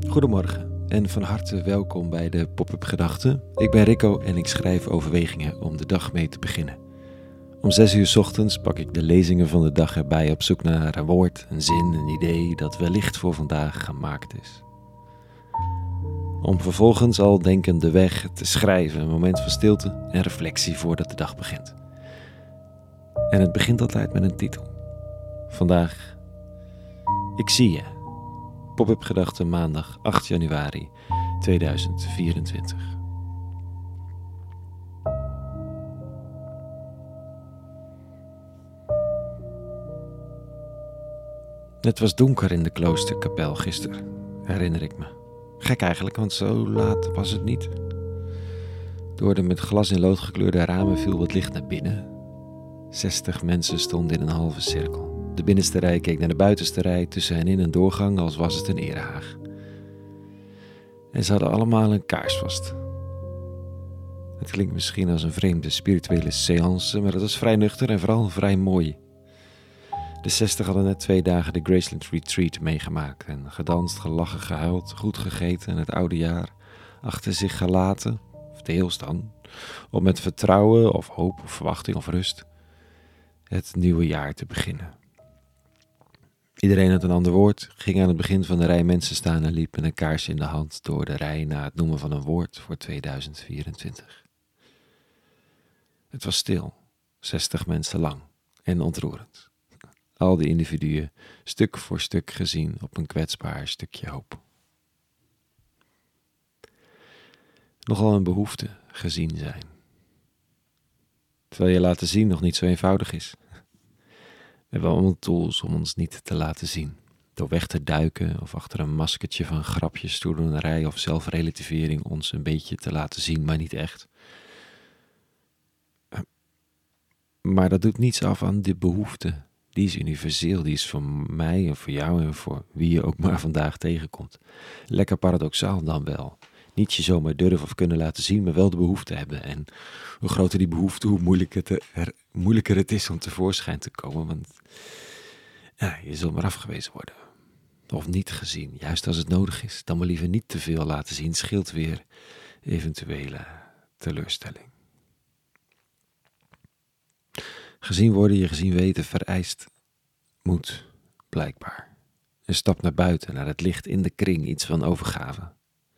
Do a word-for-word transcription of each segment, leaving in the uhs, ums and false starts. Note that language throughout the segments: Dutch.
Goedemorgen en van harte welkom bij de Pop-up Gedachten. Ik ben Rico en ik schrijf overwegingen om de dag mee te beginnen. Om zes uur 's ochtends pak ik de lezingen van de dag erbij op zoek naar een woord, een zin, een idee dat wellicht voor vandaag gemaakt is. Om vervolgens al denkende weg te schrijven, een moment van stilte en reflectie voordat de dag begint. En het begint altijd met een titel. Vandaag, ik zie je. Pop-up Gedachten maandag acht januari tweeduizend vierentwintig. Het was donker in de kloosterkapel gisteren, herinner ik me. Gek eigenlijk, want zo laat was het niet. Door de met glas in lood gekleurde ramen viel wat licht naar binnen. Zestig mensen stonden in een halve cirkel. De binnenste rij keek naar de buitenste rij, tussen hen in een doorgang als was het een erehaag. En ze hadden allemaal een kaars vast. Het klinkt misschien als een vreemde spirituele séance, maar het was vrij nuchter en vooral vrij mooi. De zestig hadden net twee dagen de Graceland Retreat meegemaakt en gedanst, gelachen, gehuild, goed gegeten en het oude jaar achter zich gelaten, of deels dan, om met vertrouwen of hoop of verwachting of rust het nieuwe jaar te beginnen. Iedereen had een ander woord, ging aan het begin van de rij mensen staan en liep met een kaars in de hand door de rij na het noemen van een woord voor tweeduizend vierentwintig. Het was stil, zestig mensen lang en ontroerend. Al die individuen stuk voor stuk gezien op een kwetsbaar stukje hoop. Nogal een behoefte gezien zijn. Terwijl je laten zien nog niet zo eenvoudig is. We hebben allemaal tools om ons niet te laten zien. Door weg te duiken of achter een maskertje van grapjes, stoerdoenerij of zelfrelativering ons een beetje te laten zien, maar niet echt. Maar dat doet niets af aan de behoefte. Die is universeel, die is voor mij en voor jou en voor wie je ook maar vandaag tegenkomt. Lekker paradoxaal dan wel. Niet je zomaar durven of kunnen laten zien, maar wel de behoefte hebben. En hoe groter die behoefte, hoe moeilijker het, er, moeilijker het is om tevoorschijn te komen. Want ja, je zult maar afgewezen worden. Of niet gezien, juist als het nodig is. Dan maar liever niet te veel laten zien, scheelt weer eventuele teleurstelling. Gezien worden, je gezien weten, vereist moed, blijkbaar. Een stap naar buiten, naar het licht in de kring, iets van overgave.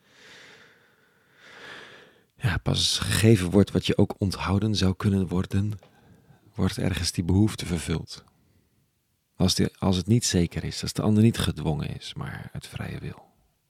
Ja, pas als gegeven wordt wat je ook onthouden zou kunnen worden, wordt ergens die behoefte vervuld. Als, die, als het niet zeker is, als de ander niet gedwongen is, maar uit vrije wil.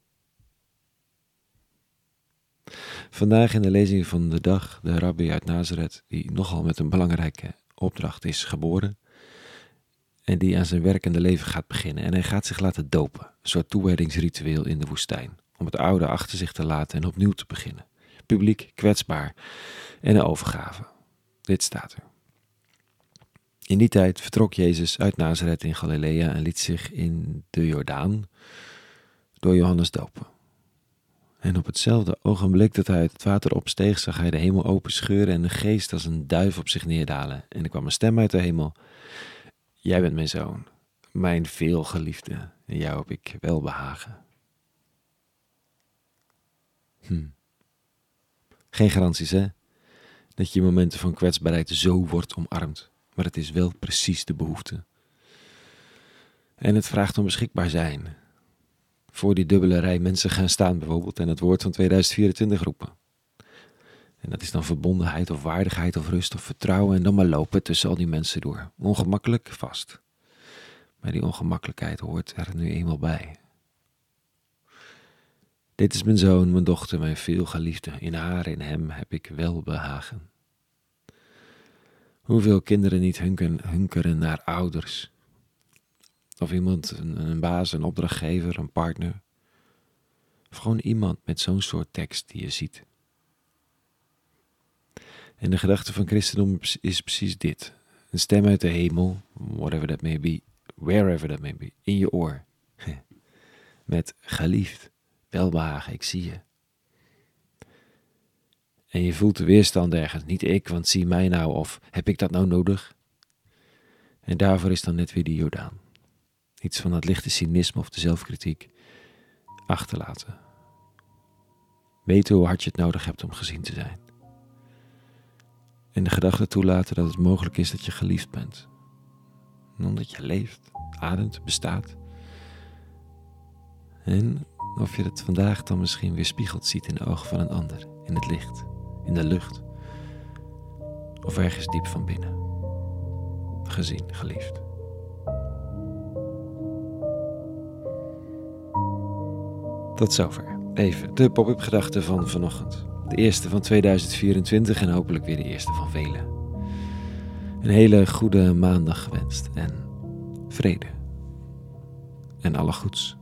Vandaag in de lezing van de dag, de rabbi uit Nazareth, die nogal met een belangrijke opdracht is geboren en die aan zijn werkende leven gaat beginnen. En hij gaat zich laten dopen, een soort toewijdingsritueel in de woestijn, om het oude achter zich te laten en opnieuw te beginnen. Publiek, kwetsbaar en een overgave. Dit staat er. In die tijd vertrok Jezus uit Nazareth in Galilea en liet zich in de Jordaan door Johannes dopen. En op hetzelfde ogenblik dat hij uit het water opsteeg, zag hij de hemel open scheuren en de geest als een duif op zich neerdalen. En er kwam een stem uit de hemel. Jij bent mijn zoon, mijn veelgeliefde, en jou heb ik welbehagen. Hm. Geen garanties, hè? Dat je momenten van kwetsbaarheid zo wordt omarmd. Maar het is wel precies de behoefte. En het vraagt om beschikbaar zijn. Voor die dubbele rij mensen gaan staan bijvoorbeeld en het woord van tweeduizend vierentwintig roepen. En dat is dan verbondenheid of waardigheid of rust of vertrouwen en dan maar lopen tussen al die mensen door. Ongemakkelijk, vast. Maar die ongemakkelijkheid hoort er nu eenmaal bij. Dit is mijn zoon, mijn dochter, mijn veelgeliefde. In haar, in hem heb ik welbehagen. Hoeveel kinderen niet hunkeren, hunkeren naar ouders. Of iemand, een, een baas, een opdrachtgever, een partner. Of gewoon iemand met zo'n soort tekst die je ziet. En de gedachte van christendom is precies dit. Een stem uit de hemel, whatever that may be, wherever that may be, in je oor. Met geliefd, welbehagen, ik zie je. En je voelt de weerstand ergens, niet ik, want zie mij nou, of heb ik dat nou nodig? En daarvoor is dan net weer die Jordaan. Iets van dat lichte cynisme of de zelfkritiek. achterlaten. Weten hoe hard je het nodig hebt om gezien te zijn. En de gedachte toelaten dat het mogelijk is dat je geliefd bent. En omdat je leeft, ademt, bestaat. En of je het vandaag dan misschien weer spiegeld ziet in de ogen van een ander. In het licht, in de lucht. Of ergens diep van binnen. Gezien, geliefd. Tot zover. Even de pop-up gedachten van vanochtend. De eerste van tweeduizend vierentwintig en hopelijk weer de eerste van vele. Een hele goede maandag gewenst en vrede. En alle goeds.